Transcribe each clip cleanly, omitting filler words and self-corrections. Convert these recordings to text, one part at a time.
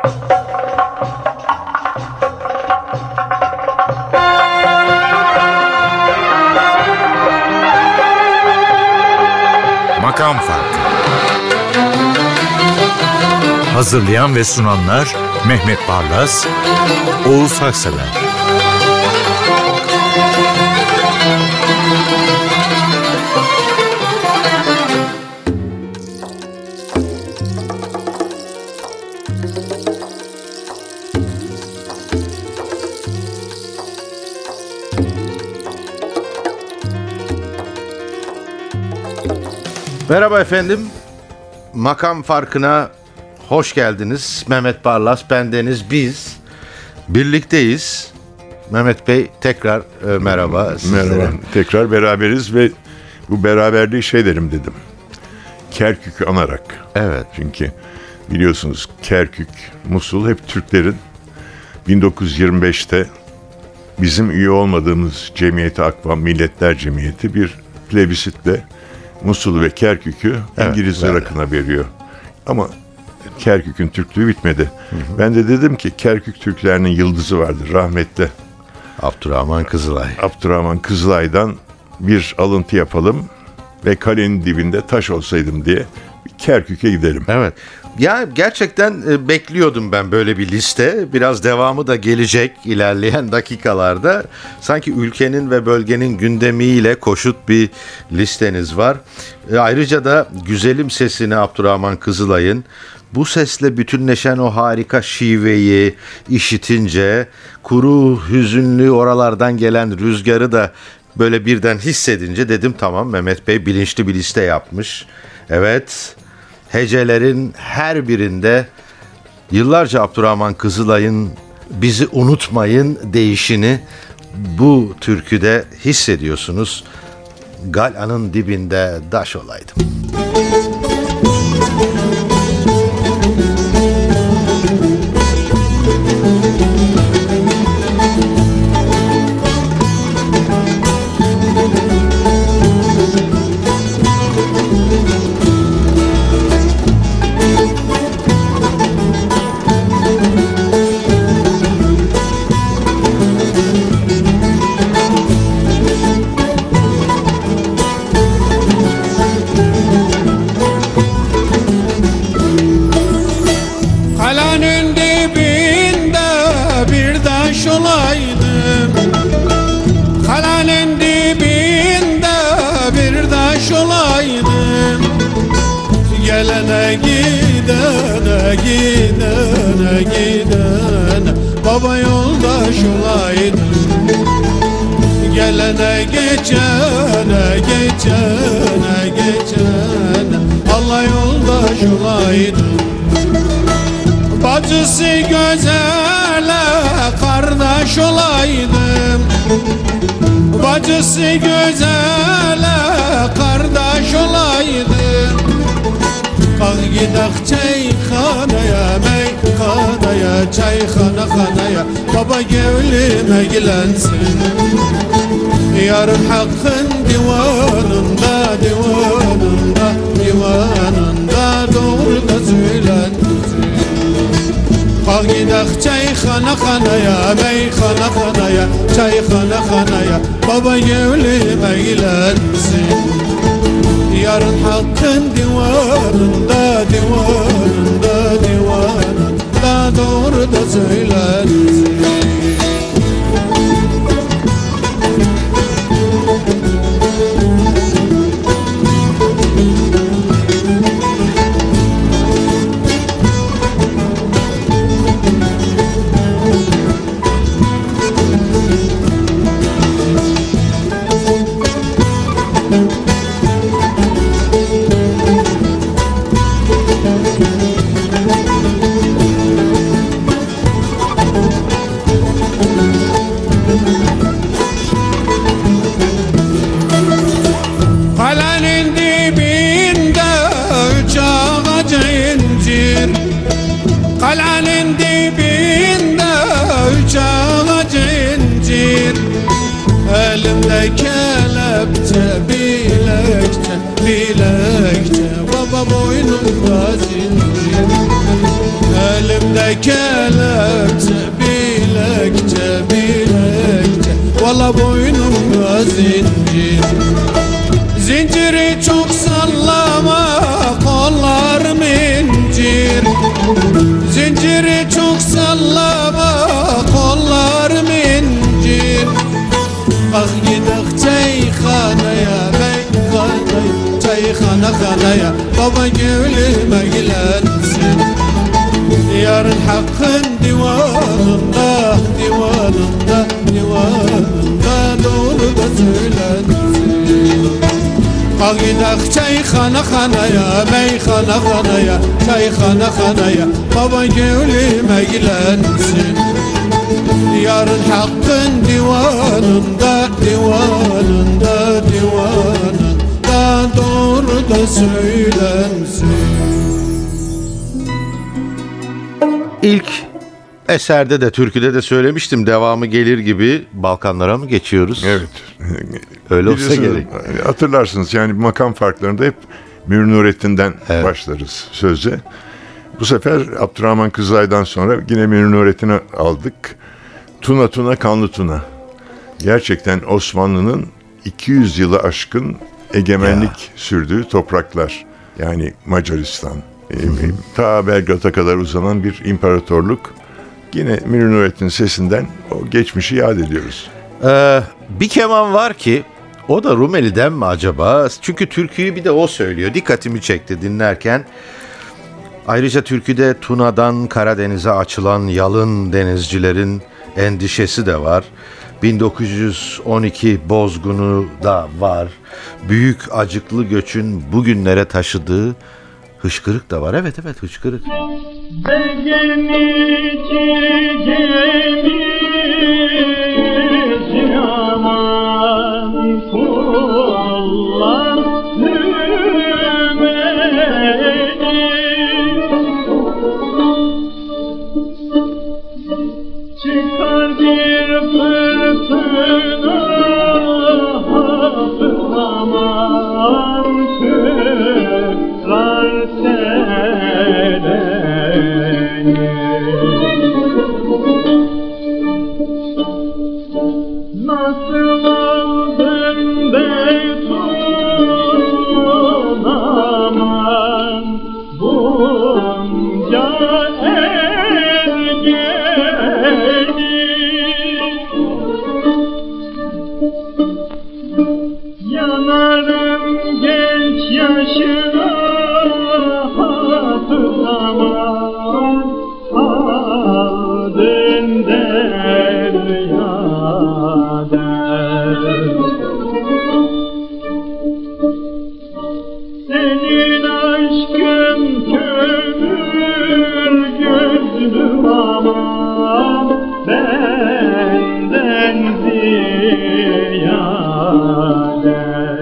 Makam Farkı. Hazırlayan ve sunanlar Mehmet Barlas, Oğuz Haksever. Merhaba efendim, Makam Farkı'na hoş geldiniz. Mehmet Barlas, bendeniz, biz birlikteyiz. Mehmet Bey tekrar merhaba sizlere. Merhaba, tekrar beraberiz ve bu beraberliği derim dedim. Kerkük'ü anarak. Evet. Çünkü biliyorsunuz Kerkük, Musul hep Türklerin 1925'te bizim üye olmadığımız Cemiyeti Akvam Milletler Cemiyeti bir plebisitle Musul ve Kerkük'ü İngilizler akına veriyor. Ama Kerkük'ün Türklüğü bitmedi. Hı. Ben de dedim ki Kerkük Türklerinin yıldızı vardır rahmetli Abdurrahman Kızılay. Abdurrahman Kızılay'dan bir alıntı yapalım ve kalenin dibinde taş olsaydım diye Kerkük'e gidelim. Evet. Ya gerçekten bekliyordum ben böyle bir liste. Biraz devamı da gelecek ilerleyen dakikalarda. Sanki ülkenin ve bölgenin gündemiyle koşut bir listeniz var. Ayrıca da güzelim sesini Abdurrahman Kızılay'ın, bu sesle bütünleşen o harika şiveyi işitince, kuru hüzünlü oralardan gelen rüzgarı da böyle birden hissedince dedim tamam, Mehmet Bey bilinçli bir liste yapmış. Evet, hecelerin her birinde yıllarca Abdurrahman Kızılay'ın "bizi unutmayın" deyişini bu türküde hissediyorsunuz. Gal'anın dibinde daş olaydım. Gidene baba yoldaş olaydım. Gelene geçene Allah yoldaş olaydım. Bacısı gözele kardeş olaydım. Bacısı gözele kardeş olaydım. Kalk gidek çayxanaya, meyxanaya, çayxana, baba gevlime gilensin. Yarın hakkın divanında doğru da söylensin. Kalk gidek çayxanaya, meyxanaya, çayxana, baba gevlime gilensin. Yarın hakkın divanında doğru da söylensin. Bilekçe baba boynumda zincir. elimde kelepçe, bilekçe, bilekçe, valla boynumda zincir. Zinciri çok sallama, kollarım incir. Zinciri çok sallama, kollarım incir. Kalk gidek çayxanaya, meyxanaya, çayxana, baba gülüme gülensin. Yarın hakkın divanında, divanında, divanında doğru da söylensin. Kalk gidek çayxanaya, meyxanaya, çayxanaya, baba gülüme gülensin. Yarın hakkın divanında, divanında, divanında doğru da söylensin. İlk eserde de türküde de söylemiştim, devamı gelir gibi Balkanlara mı geçiyoruz? Evet. Öyle olsa Biliyorsunuz, gerek. hatırlarsınız yani makam farklarında hep Münir Nurettin'den başlarız söze. Bu sefer Abdurrahman Kızılay'dan sonra yine Münir Nurettin'i aldık. Tuna Tuna Kanlı Tuna. Gerçekten Osmanlı'nın 200 yılı aşkın egemenlik sürdüğü topraklar. Yani Macaristan. Ta Belgrad'a kadar uzanan bir imparatorluk. Yine Münir Nurettin sesinden o geçmişi yad ediyoruz. Bir keman var ki o da Rumeli'den mi acaba? Çünkü türküyü bir de o söylüyor. Dikkatimi çekti dinlerken. Ayrıca türküde Tuna'dan Karadeniz'e açılan yalın denizcilerin endişesi de var. 1912 bozgunu da var. Büyük acıklı göçün bugünlere taşıdığı hışkırık da var. Evet hışkırık. Çıkar bir fırtına, hafızamam kırar seni. Nasıl aldın betunaman bunca yanarım genç yaşına, hafızamam adın deryader. Senin aşkın kömür gözlüm aman benden ziyade.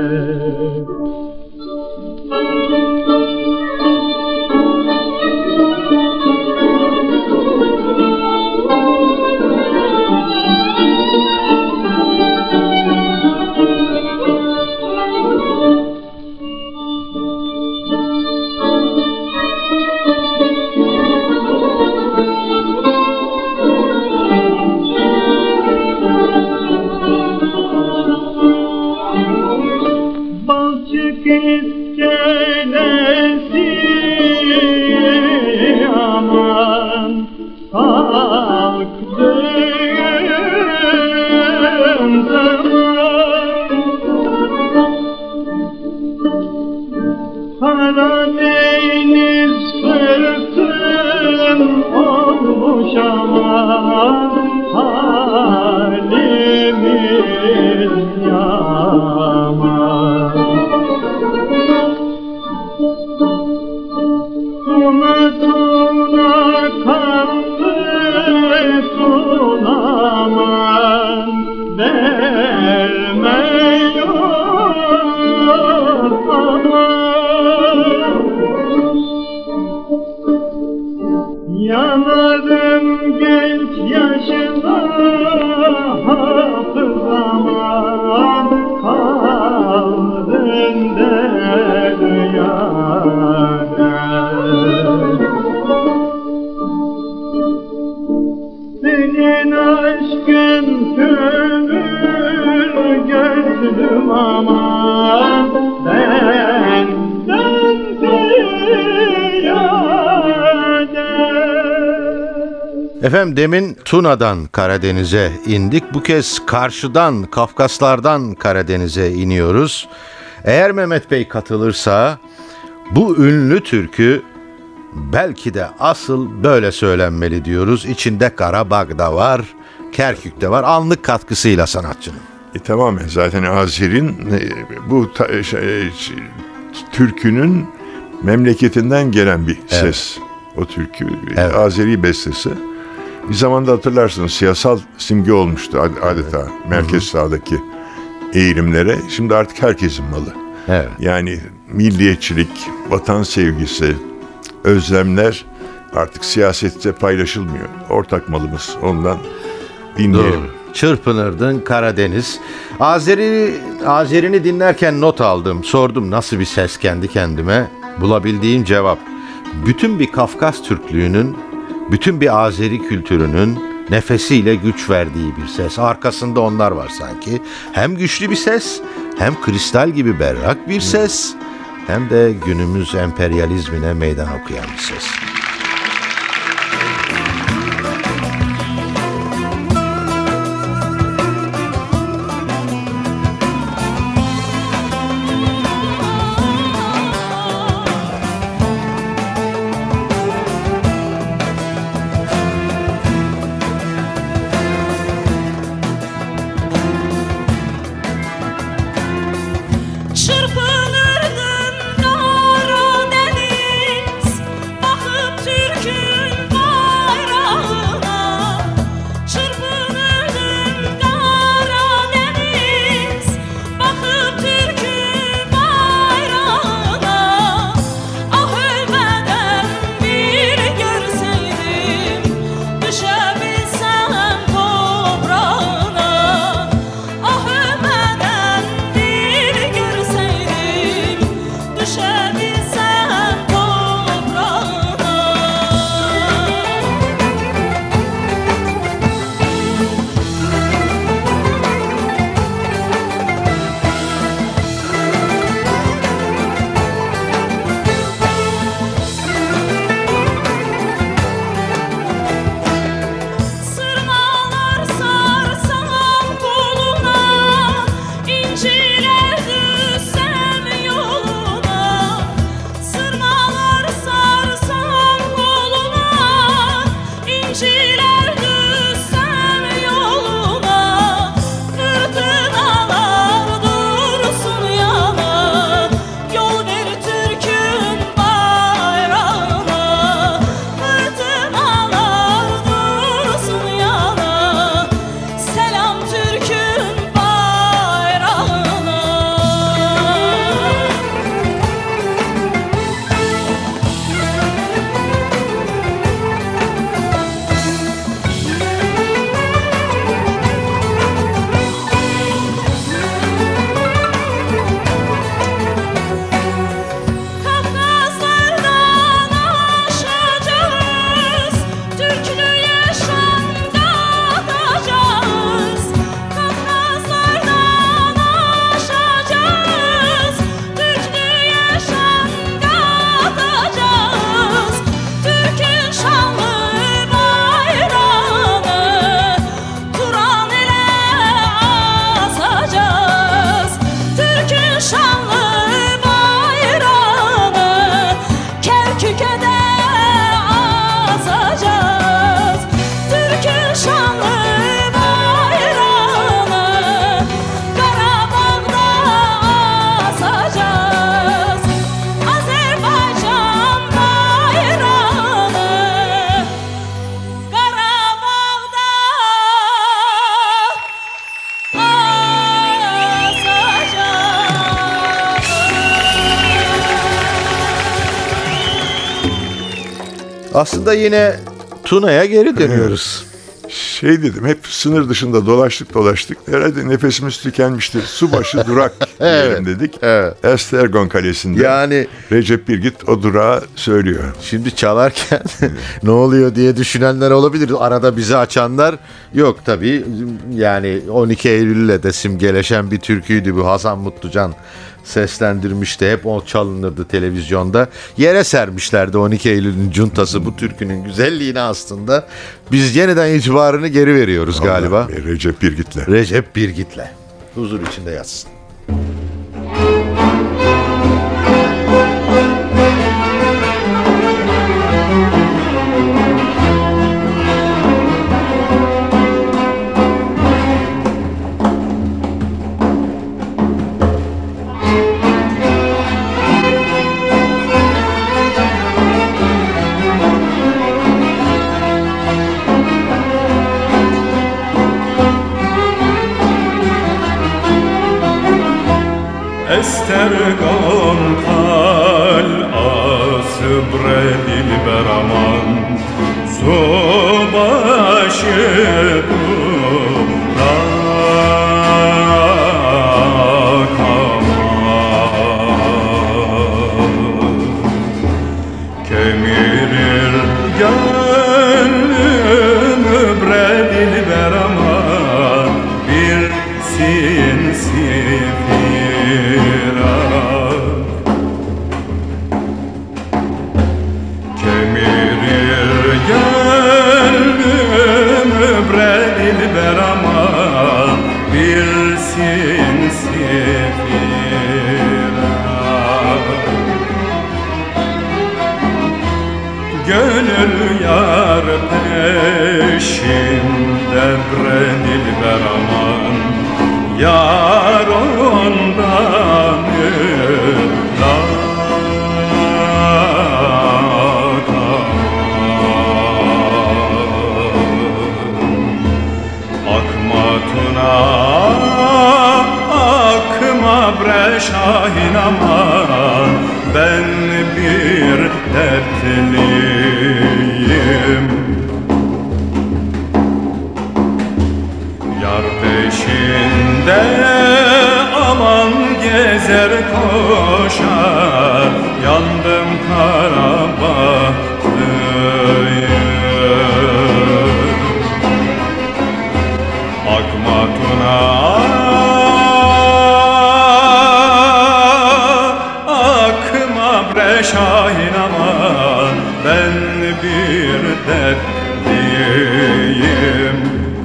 Balçık iskelesi aman kalktığım zaman Karadeniz fırtın olmuş aman halimiz yaman. Tuna tuna kanlı sunaman vermiyor aman. Yanarım genç yaşına, hafızamam kaldın deryada. Senin aşkın kömür gözlüm aman benden ziyade. Efendim demin Tuna'dan Karadeniz'e indik. Bu kez karşıdan, Kafkaslardan Karadeniz'e iniyoruz. Eğer Mehmet Bey katılırsa bu ünlü türkü belki de asıl böyle söylenmeli diyoruz. İçinde Karabağ'da var, Kerkük'te var. Anlık katkısıyla sanatçının. Tamamen zaten Azer'in bu türkünün memleketinden gelen bir ses. O türkü Evet. Azeri bestesi. Bir zamanda hatırlarsınız siyasal simge olmuştu adeta merkez sağdaki eğilimlere. Şimdi artık herkesin malı. Evet. Yani milliyetçilik, vatan sevgisi, özlemler artık siyasette paylaşılmıyor. Ortak malımız. Ondan dinleyelim. Doğru. Çırpınırdın Karadeniz. Azeri'ni dinlerken not aldım. Sordum nasıl bir ses kendi kendime. Bulabildiğim cevap. Bütün bir Kafkas Türklüğünün, bütün bir Azeri kültürünün nefesiyle güç verdiği bir ses. Arkasında onlar var sanki. Hem güçlü bir ses, hem kristal gibi berrak bir ses, hem de günümüz emperyalizmine meydan okuyan bir ses. Çırpınırdın Karadeniz, bakıp Türk'ün bayrağına. Çırpınırdın Karadeniz, bakıp Türk'ün bayrağına. Ah ölmeden bir görseydim, düşebilsem toprağına. Ah ölmeden bir görseydim, düşebilsem toprağına. Sırmalar sarsam koluna, inciler düşsem yoluna. Sırmalar sarsam koluna, inciler düşsem yoluna. Fırtınalar dursun yana, yol ver Türk'ün bayrağına. Fırtınalar dursun yana, selam Türk'ün bayrağına. Kafkaslardan aşacağız, Türklü yaşam katacağız. Kafkaslardan aşacağız, Türklü yaşam katacağız. Türk'ün şanlı bayrağını Turan ile asacağız. Türk'ün şanlı bayrağını Kerkük'e de asacağız. Türk'ün şanlı bayrağını Karabağ'da asacağız. Azerbaycan bayrağını Karabağ'da Aslında yine Tuna'ya geri dönüyoruz. Şey dedim, hep sınır dışında dolaştık. Herhalde nefesimiz tükenmiştir. Subaşı durak diyelim dedik. Evet. Estergon Kalesi'nde. Yani Recep Birgit o durağı söylüyor. şimdi çalarken ne oluyor diye düşünenler olabilir. Arada bizi açanlar yok tabii. Yani 12 Eylül'le de simgeleşen bir türküydü bu. Hasan Mutlucan seslendirmişti. Hep o çalınırdı televizyonda. Yere sermişlerdi 12 Eylül'ün cuntası bu türkünün güzelliğini aslında. Biz yeniden itibarını geri veriyoruz galiba. Allah, Recep Birgit'le. Recep Birgit'le. Huzur içinde yatsın. Estergon kalası bre dilber aman, subaşı durak aman. Kemirir gönlümü bre dilber aman, bir sinsi kemirir gönlümü bre dilber aman, bir sinsi firar. Gönül yar peşinde bre dilber aman, yar ondan ırak akma tuna, akma bre şahin aman, ben bir dertliyim. Yar peşinde aman gezer koşar, yandım kara bahtıyım. Akma tuna, akma bre şahin aman, ben bir dertliyim.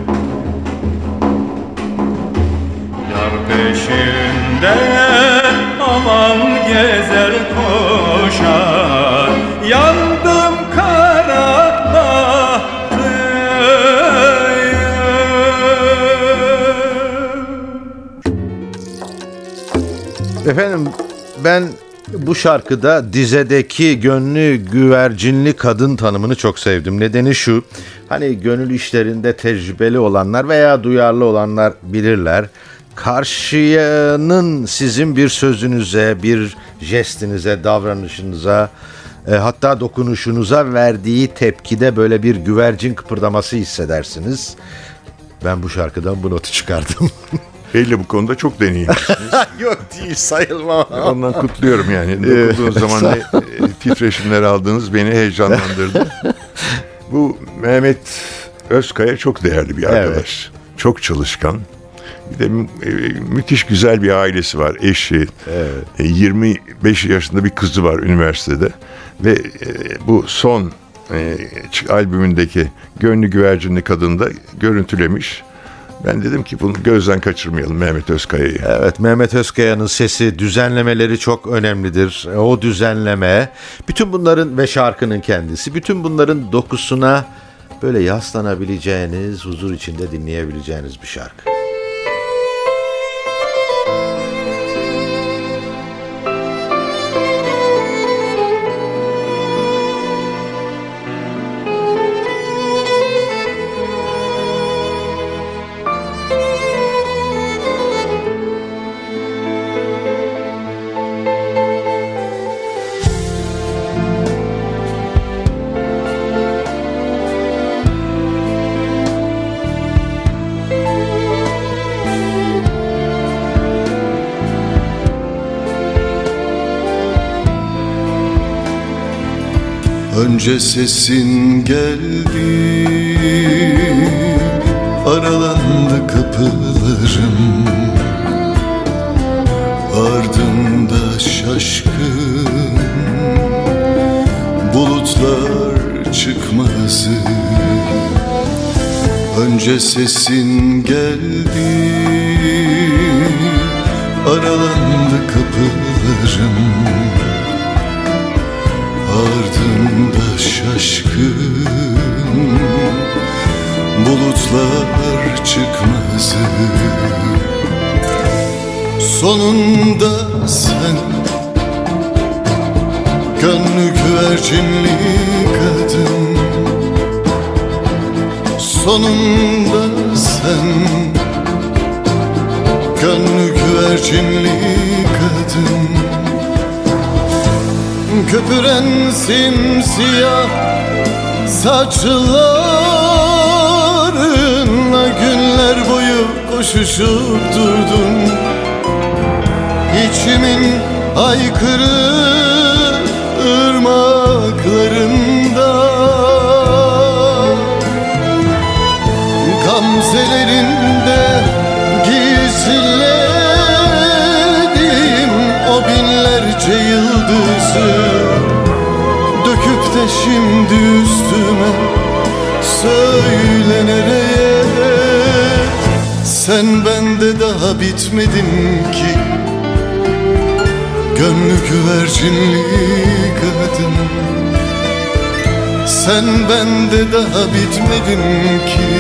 Peşinde aman gezer koşar, yandım kara bahtıyım. Efendim ben bu şarkıda dizedeki gönlü güvercinli kadın tanımını çok sevdim. Nedeni şu, hani gönül işlerinde tecrübeli olanlar veya duyarlı olanlar bilirler. Karşıyanın sizin bir sözünüze, bir jestinize, davranışınıza, hatta dokunuşunuza verdiği tepkide böyle bir güvercin kıpırdaması hissedersiniz. Ben bu şarkıdan bu notu çıkardım. Belli bu konuda çok deneyimlisiniz. Yok değil, sayılmam. Ondan kutluyorum yani. Dokuduğunuz zaman ne titreşimler aldığınız beni heyecanlandırdı. Bu Mehmet Özkaya çok değerli bir arkadaş. Evet. Çok çalışkan. Bir de müthiş güzel bir ailesi var. Eşi, evet. 25 yaşında bir kızı var üniversitede. Ve bu son albümündeki Gönlü Güvercinli Kadın'da görüntülemiş. Ben dedim ki bunu gözden kaçırmayalım Mehmet Özkaya'yı. Evet, Mehmet Özkaya'nın sesi, düzenlemeleri çok önemlidir. O düzenleme, bütün bunların ve şarkının kendisi, bütün bunların dokusuna böyle yaslanabileceğiniz, huzur içinde dinleyebileceğiniz bir şarkı. Önce sesin geldi, aralandı kapılarım, ardında şaşkın bulutlar çıkmazı. Önce sesin geldi, aralandı kapılarım, ardında şaşkın bulutlar çıkmazı. Sonunda sen, gönlü güvercinli kadın, sonunda sen, gönlü güvercinli kadın, köpüren simsiyah saçlarınla günler boyu koşuşup durdun. İçimin aykırı ırmaklarında, gamzelerinde gizlediğim o binlerce yıldızı döküp de şimdi üstüme söyle nereye? Sen bende daha bitmedin ki, gönlü güvercinli kadın. Sen bende daha bitmedin ki,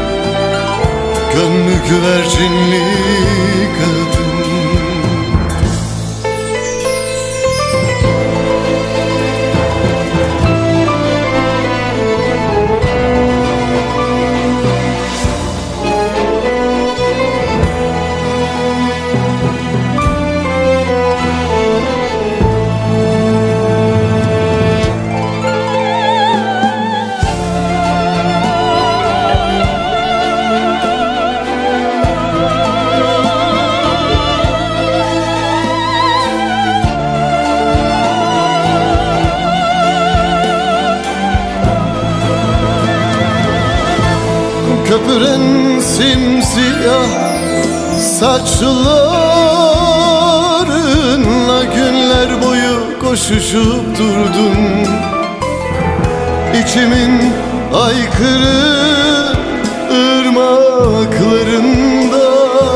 gönlü güvercinli kadın. Köpüren simsiyah saçlarınla günler boyu koşuşup durdun. İçimin aykırı ırmaklarında,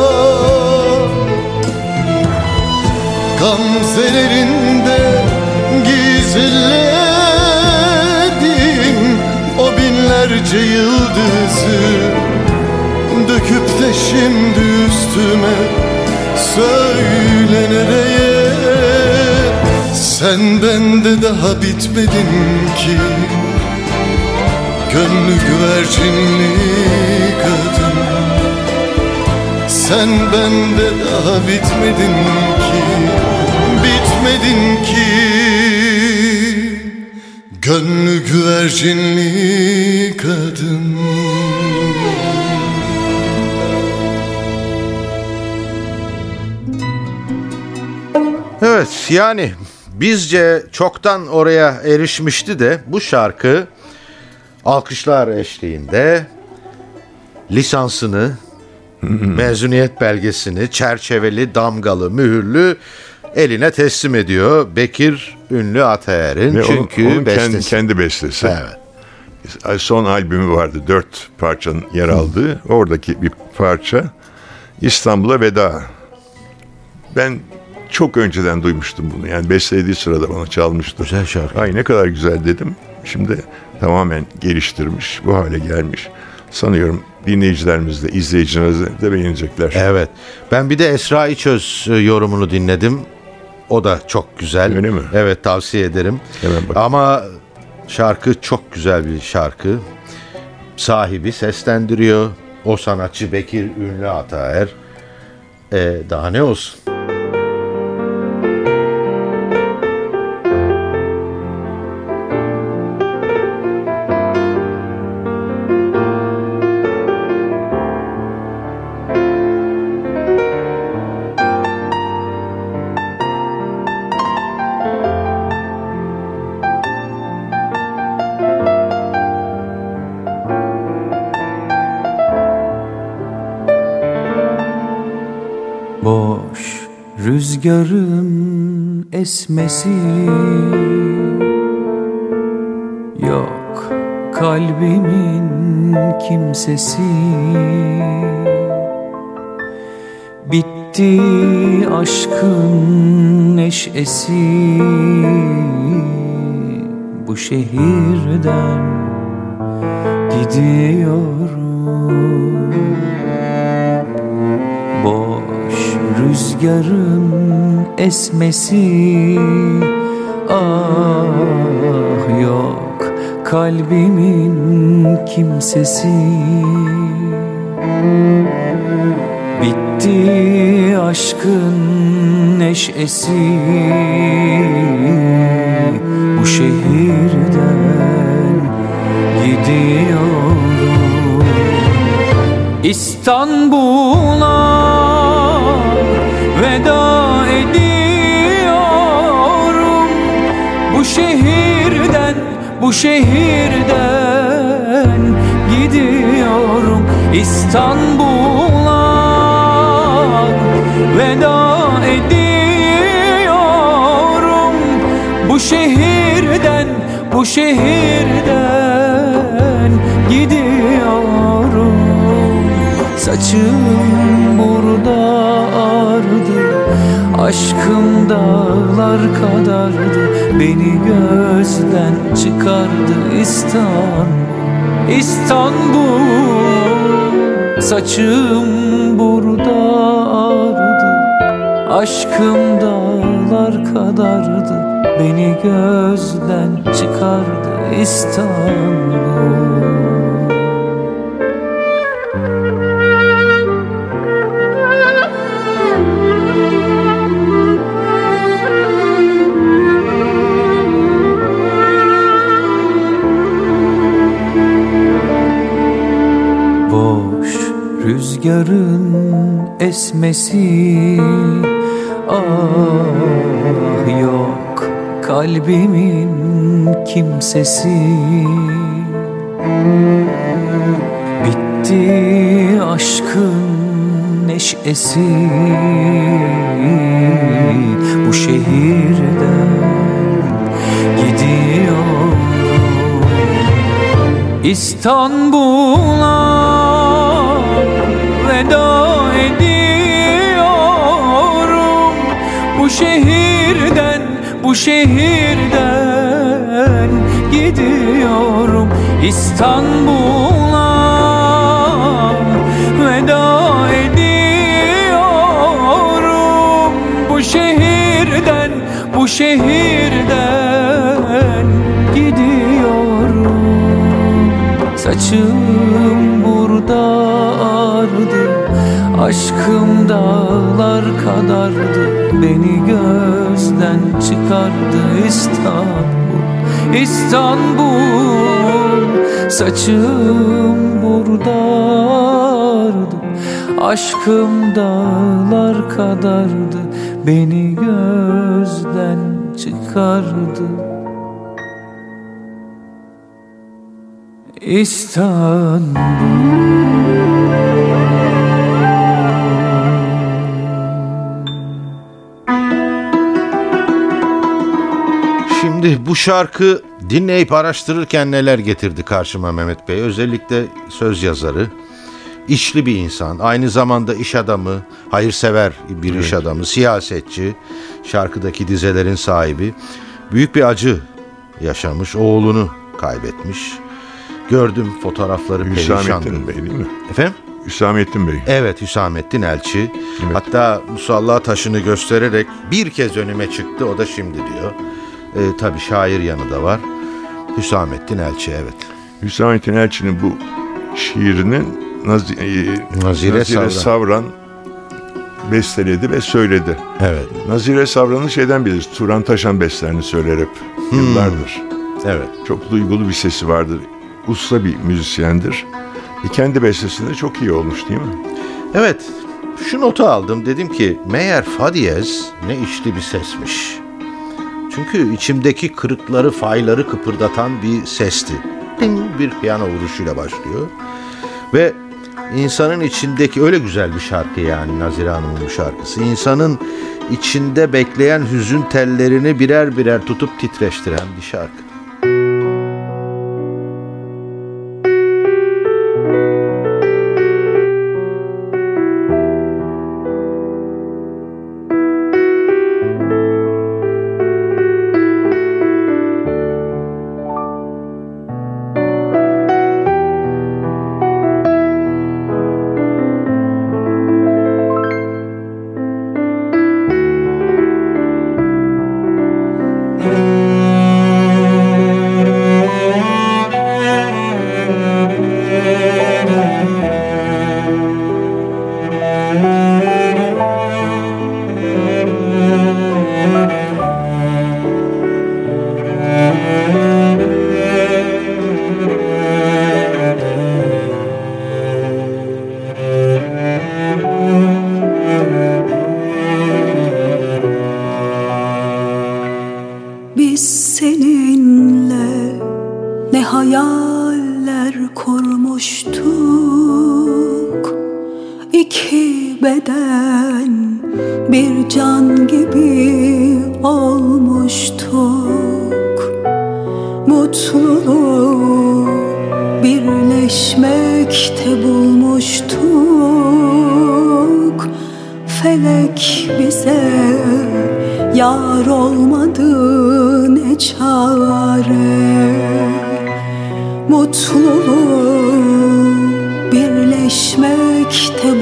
gamzelerinde gizlediğim o binlerce yıldızı döküp de şimdi üstüme söyle nereye? Sen bende daha bitmedin ki, gönlü güvercinli kadın. Sen bende daha bitmedin ki, bitmedin ki, gönlü güvercinli kadın. Evet, yani bizce çoktan oraya erişmişti de bu şarkı alkışlar eşliğinde lisansını, mezuniyet belgesini çerçeveli, damgalı, mühürlü eline teslim ediyor Bekir Ünlü Ataer'in. Ve çünkü onun bestesi. kendi bestesi. Evet. Son albümü vardı, 4 parçanın yer aldığı. Oradaki bir parça İstanbul'a Veda. Ben çok önceden duymuştum bunu. Yani bestelediği sırada bana çalmıştı. Güzel şarkı. Ay ne kadar güzel dedim. Şimdi tamamen geliştirmiş, bu hale gelmiş. Sanıyorum dinleyicilerimiz de, izleyicilerimiz de beğenecekler. Evet. Ben bir de Esra İçöz yorumunu dinledim. O da çok güzel. Öyle mi? Evet, tavsiye ederim. Hemen bak. Ama şarkı çok güzel bir şarkı. Sahibi seslendiriyor. O sanatçı Bekir Ünlü Ataer. Daha ne olsun? rüzgarın esmesi, yok kalbimin kimsesi. Bitti aşkın neşesi, bu şehirden gidiyorum. Boş rüzgarın esmesi, ah yok kalbimin kimsesi. Bitti aşkın neşesi, bu şehirden gidiyorum. İstanbul'a veda ediyorum. Bu şehirden, bu şehirden gidiyorum. İstanbul'a veda ediyorum. Bu şehirden, bu şehirden gidiyorum. Saçım burada ağardı, aşkım dağlar kadardı, beni gözden çıkardı İstanbul, İstanbul. Saçım burada ağardı, aşkım dağlar kadardı, beni gözden çıkardı İstanbul. Rüzgarın esmesi, ah yok kalbimin kimsesi. Bitti aşkın neşesi, bu şehirden gidiyorum. İstanbul'a veda ediyorum. Bu şehirden, bu şehirden gidiyorum. İstanbul'a veda ediyorum. Bu şehirden, bu şehirden gidiyorum. Saçım burada ağardı, aşkım dağlar kadardı, beni gözden çıkardı İstanbul, İstanbul. Saçım burada ağardı, aşkım dağlar kadardı, beni gözden çıkardı İstanbul. Şimdi bu şarkı dinleyip araştırırken neler getirdi karşıma Mehmet Bey. Özellikle söz yazarı, içli bir insan, aynı zamanda iş adamı, hayırsever bir iş adamı, siyasetçi, şarkıdaki dizelerin sahibi. Büyük bir acı yaşamış, oğlunu kaybetmiş. Gördüm fotoğrafları perişandı. Hüsamettin Bey değil mi? Efendim? Hüsamettin Bey. Evet, Hüsamettin Elçi. Evet. Hatta musalla taşını göstererek bir kez önüme çıktı, o da şimdi diyor. Tabii şair yanı da var. Hüsamettin Elçi, evet. Hüsamettin Elçi'nin bu şiirinin Nazire Savran besteledi ve söyledi. Evet. Nazire Savran'ı şeyden biliriz. Turan Taşan bestlerini söyler hep. Yıllardır. Evet. Çok duygulu bir sesi vardır. Usta bir müzisyendir. Kendi bestesinde çok iyi olmuş değil mi? Evet. Şu notu aldım. Dedim ki meğer fa diyez ne içli bir sesmiş. Çünkü içimdeki kırıkları, fayları kıpırdatan bir sesti. Ding, bir piyano vuruşuyla başlıyor. Ve insanın içindeki, öyle güzel bir şarkı yani Nazire Hanım'ın bu şarkısı. İnsanın içinde bekleyen hüzün tellerini birer birer tutup titreştiren bir şarkı. Biz seninle ne hayaller kurmuştuk, İki beden bir can gibi olmuştuk. Mutluluğu birleşmekte bulmuştuk. Felek bize yar olmadı ne çare. Mutluluğu birleşmekte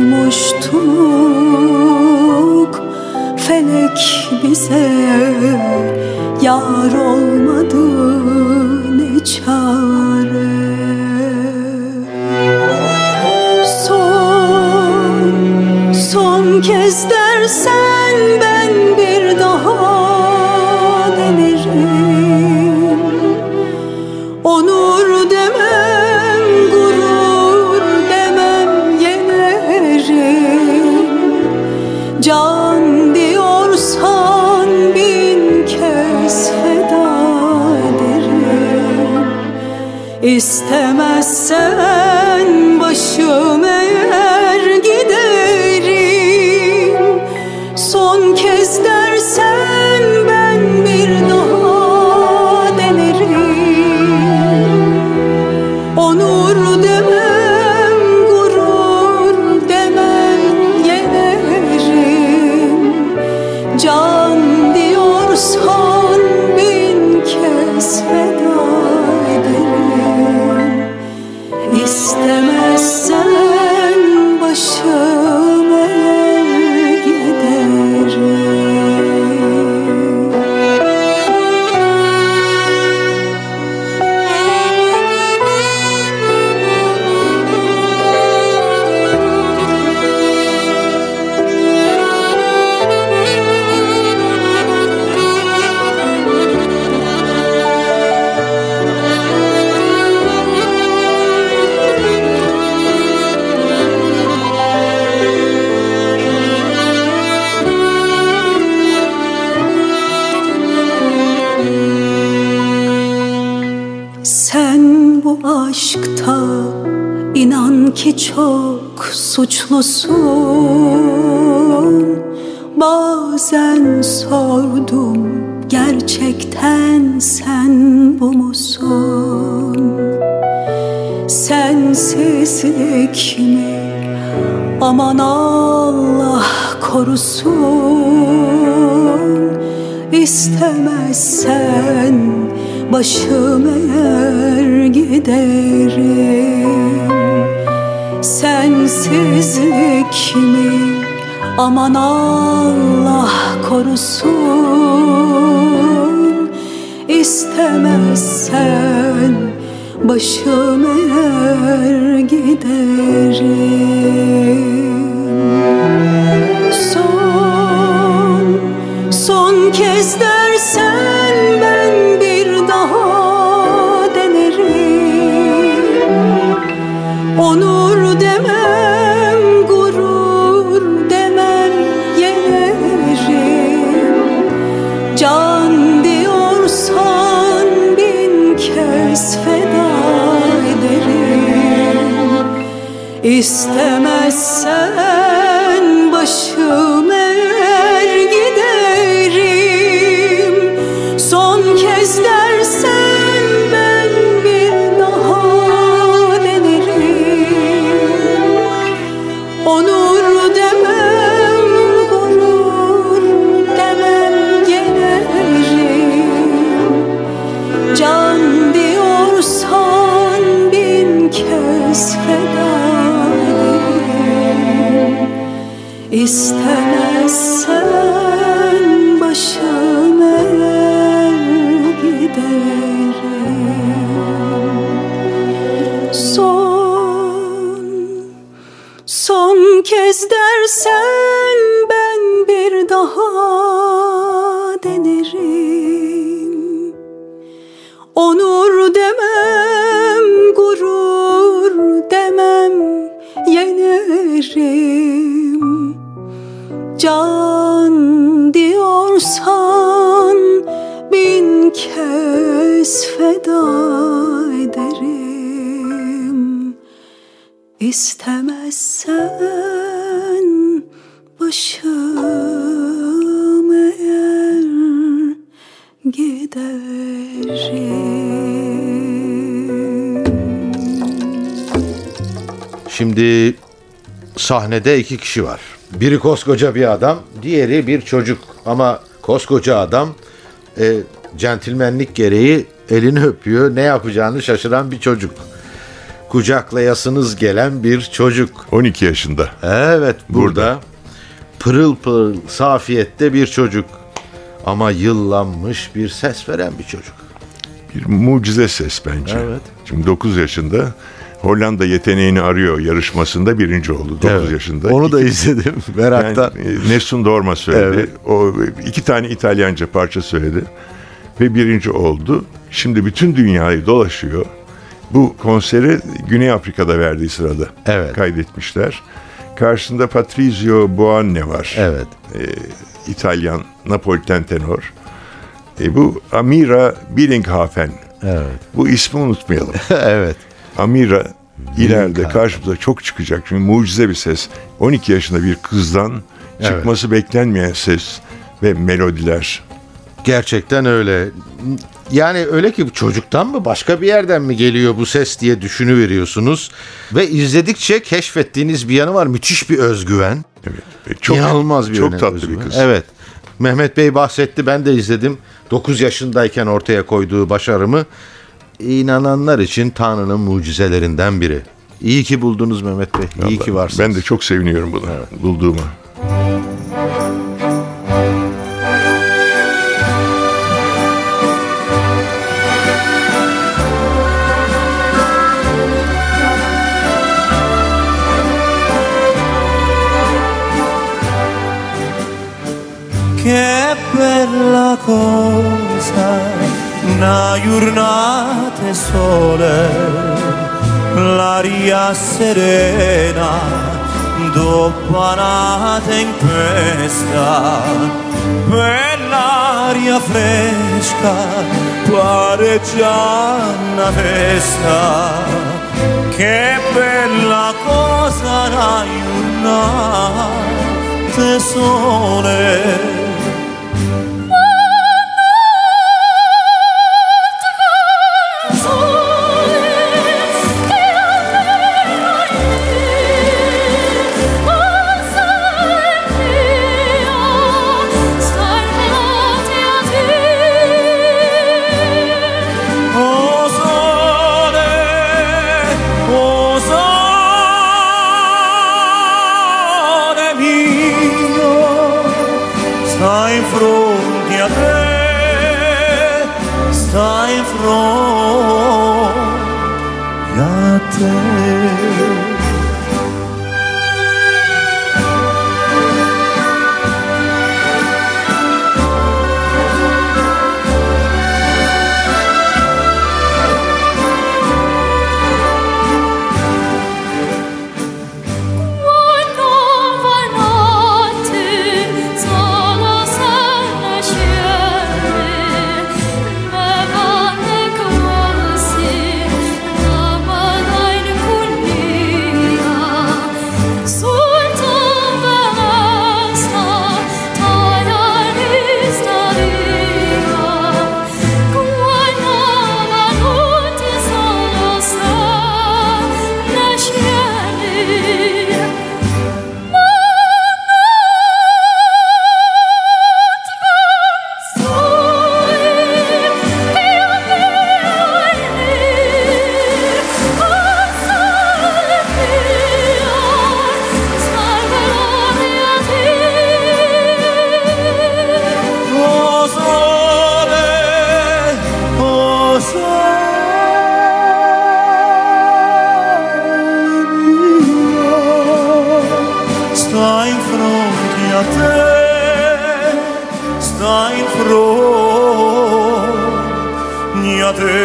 bulmuştuk. Felek bize yar olmadı ne çare. Son kez dersen ben bir daha denerim. Onur demem, gurur demem, yenerim. Can diyorsan bin kez feda ederim. İstemezsen başım eğer giderim. Son kez dersen ben bir daha denerim. Onur demem, gurur demem, yenerim. Can diyorsan bin kez feda ederim. İstemezsen başım eğer giderim. Sen bu aşkta inan ki çok suçlusun. Bazen sordum, gerçekten sen bu musun? Sensizlik mi? Aman Allah korusun. İstemezsen başım eğer giderim. Sensizlik mi? Aman Allah korusun. İstemezsen başım eğer giderim. Son kez dersen ben bir daha denerim. Onur demem, gurur demem, yenerim. Can diyorsan bin kez feda ederim. İstemezsen başım eğer giderim. Son kez dersen ben bir daha denerim. Onur demem, gurur demem, yenerim. Can diyorsan bin kez feda ederim. İstemezsen başım eğer giderim. Son kez dersen ben bir daha denerim. Onur demem, gurur demem, yenerim. Can diyorsan bin kez feda ederim. İstemezsen başım eğer giderim. Şimdi sahnede iki kişi var. Biri koskoca bir adam, diğeri bir çocuk. Ama koskoca adam centilmenlik gereği elini öpüyor. Ne yapacağını şaşıran bir çocuk. Kucaklayasınız gelen bir çocuk. 12 yaşında. Evet, burada pırıl pırıl safiyette bir çocuk. Ama yıllanmış bir ses veren bir çocuk. Bir mucize ses bence. Evet. Şimdi 9 yaşında Hollanda yeteneğini arıyor yarışmasında birinci oldu. 9 yaşında. Onu da izledim meraktan. Yani, Nessun Dorma söyledi. Evet. O 2 tane İtalyanca parça söyledi. Ve birinci oldu. Şimdi bütün dünyayı dolaşıyor. Bu konseri Güney Afrika'da verdiği sırada kaydetmişler. Karşısında Patrizio Boanne var. Evet. İtalyan, Napoliten tenor. Bu Amira Billinghafen. Evet. Bu ismi unutmayalım. Evet. Amira ileride karşımıza çok çıkacak. Çünkü mucize bir ses. 12 yaşında bir kızdan çıkması beklenmeyen ses ve melodiler. Gerçekten öyle. Yani öyle ki çocuktan mı başka bir yerden mi geliyor bu ses diye düşünüveriyorsunuz. Ve izledikçe keşfettiğiniz bir yanı var. Müthiş bir özgüven. Evet. Çok, İnanılmaz bir çok tatlı özgüven. bir kız. Evet. Mehmet Bey bahsetti. Ben de izledim. 9 yaşındayken ortaya koyduğu başarımı inananlar için Tanrı'nın mucizelerinden biri. İyi ki buldunuz Mehmet Bey. İyi Vallahi ki varsınız. Ben de çok seviniyorum buna. Evet. Bulduğuma. Che bella cosa, una giornata sole, l'aria serena, dopo una tempesta, bell'aria fresca, pare già una festa. Che bella cosa, una giornata sole. Thank you. stai in fronte a te.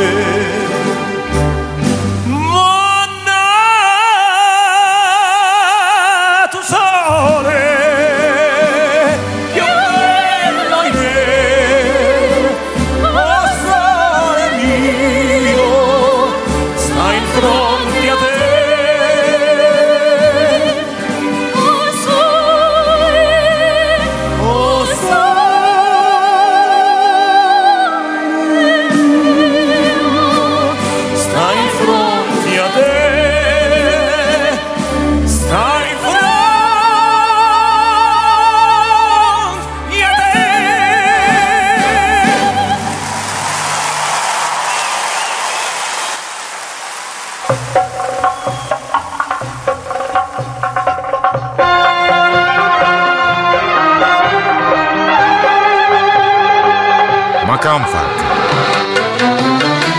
Makam Farkı.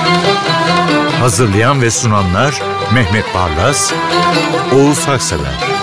Hazırlayan ve sunanlar Mehmet Barlas, Oğuz Haksever.